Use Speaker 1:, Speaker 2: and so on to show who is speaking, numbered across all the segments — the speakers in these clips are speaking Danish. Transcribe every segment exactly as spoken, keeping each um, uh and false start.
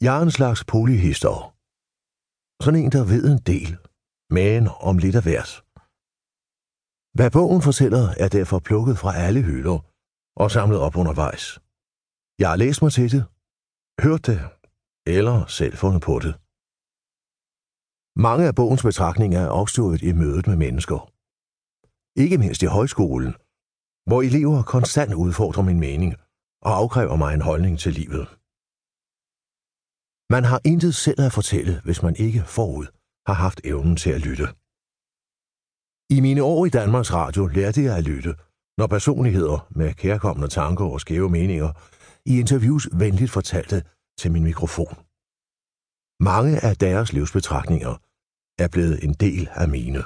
Speaker 1: Jeg er en slags polyhistor. Sådan en, der ved en del, men om lidt af hvert. Hvad bogen fortæller, er derfor plukket fra alle hylder og samlet op undervejs. Jeg har læst mig til det, hørt det, eller selv fundet på det. Mange af bogens betragtninger er opstået i mødet med mennesker. Ikke mindst i højskolen, hvor elever konstant udfordrer min mening og afkræver mig en holdning til livet. Man har intet selv at fortælle, hvis man ikke forud har haft evnen til at lytte. I mine år i Danmarks Radio lærte jeg at lytte, når personligheder med kærkomne tanker og skæve meninger i interviews venligt fortalte til min mikrofon. Mange af deres livsbetragtninger er blevet en del af mine.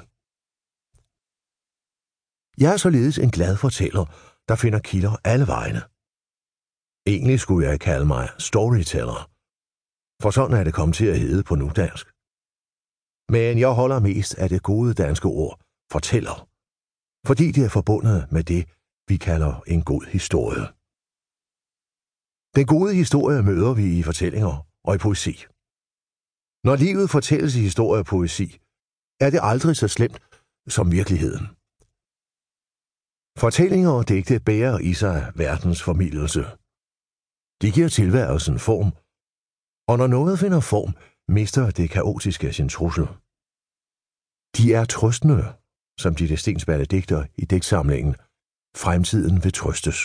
Speaker 1: Jeg er således en glad fortæller, der finder kilder alle vegne. Egentlig skulle jeg kalde mig storyteller, for sådan er det kommet til at hedde på nudansk. Men jeg holder mest af det gode danske ord fortæller, fordi det er forbundet med det, vi kalder en god historie. Den gode historie møder vi i fortællinger og i poesi. Når livet fortælles i historie og poesi, er det aldrig så slemt som virkeligheden. Fortællinger og digte bærer i sig verdens formildelse. De giver tilværelsen form, og når noget finder form, mister det kaotiske sin trussel. De er trøstende, som de Stensballe digter i digtsamlingen Fremtiden vil trøstes.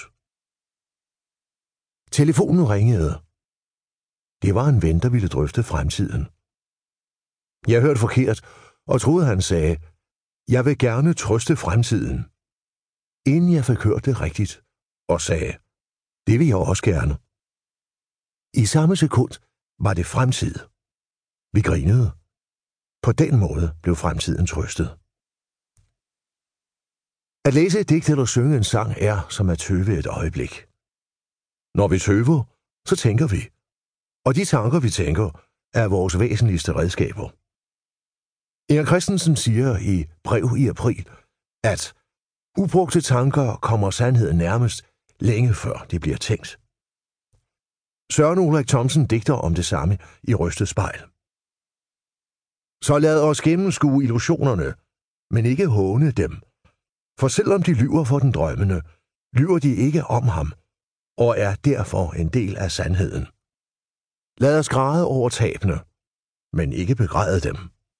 Speaker 1: Telefonen ringede. Det var en ven, der ville drøfte fremtiden. Jeg hørte forkert og troede, han sagde, jeg vil gerne trøste fremtiden. Inden jeg fik hørt det rigtigt og sagde, det vil jeg også gerne. I samme sekund var det fremtid. Vi grinede. På den måde blev fremtiden trøstet. At læse et digt eller synge en sang er som at tøve et øjeblik. Når vi tøver, så tænker vi. Og de tanker, vi tænker, er vores væsentligste redskaber. Inger Christensen siger i Brev i april, at ubrugte tanker kommer sandheden nærmest længe før det bliver tænkt. Søren Ulrik Thomsen digter om det samme i Rystet spejl. Så lad os gennemskue illusionerne, men ikke håne dem. For selvom de lyver for den drømmende, lyver de ikke om ham, og er derfor en del af sandheden. Lad os græde over tabene, men ikke begræde dem.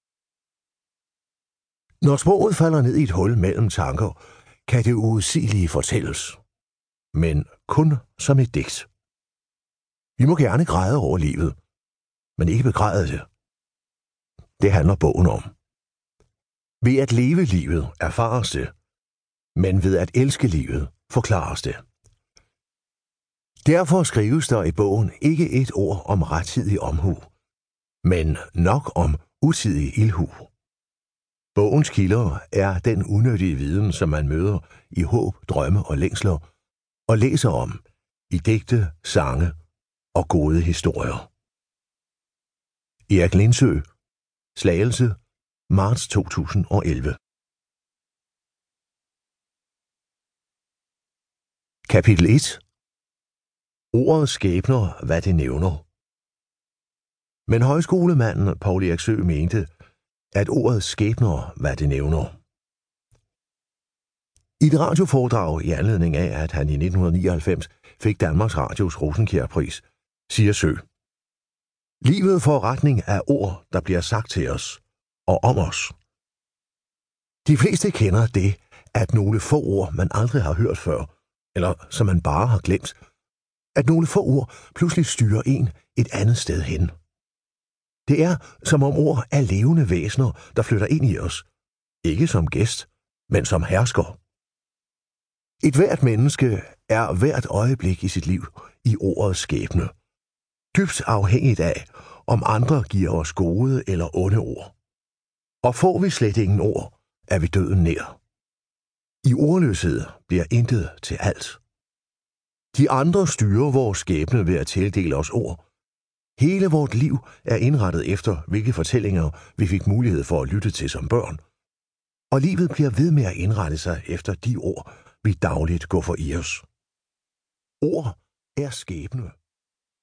Speaker 1: Når sproget falder ned i et hul mellem tanker, kan det uudsigelige fortælles, men kun som et digt. Vi må gerne græde over livet, men ikke begræde det. Det handler bogen om. Ved at leve livet erfares det, men ved at elske livet forklares det. Derfor skrives der i bogen ikke et ord om rettidig omhu, men nok om utidig ildhu. Bogens kilder er den unødige viden, som man møder i håb, drømme og længsler, og læser om i digte, sange og gode historier. Erik Lindsø, Slagelse, marts to tusind og elleve. Kapitel et. Ordet skæbner, hvad det nævner. Men højskolemanden Poul Erik Søe mente, at ordet skæbner, hvad det nævner. I et radioforedrag i anledning af, at han i nitten nioghalvfems fik Danmarks Radios Rosenkjærpris, siger Søe: livet får retning af ord, der bliver sagt til os og om os. De fleste kender det, at nogle få ord, man aldrig har hørt før, eller som man bare har glemt, at nogle få ord pludselig styrer en et andet sted hen. Det er, som om ord er levende væsener, der flytter ind i os. Ikke som gæst, men som hersker. Et hvert menneske er hvert øjeblik i sit liv i ordets skæbne. Dybt afhængigt af, om andre giver os gode eller onde ord. Og får vi slet ingen ord, er vi døden nær. I ordløshed bliver intet til alt. De andre styrer vores skæbne ved at tildele os ord. Hele vort liv er indrettet efter, hvilke fortællinger vi fik mulighed for at lytte til som børn. Og livet bliver ved med at indrette sig efter de ord, vi dagligt går for i os. Ord er skæbne.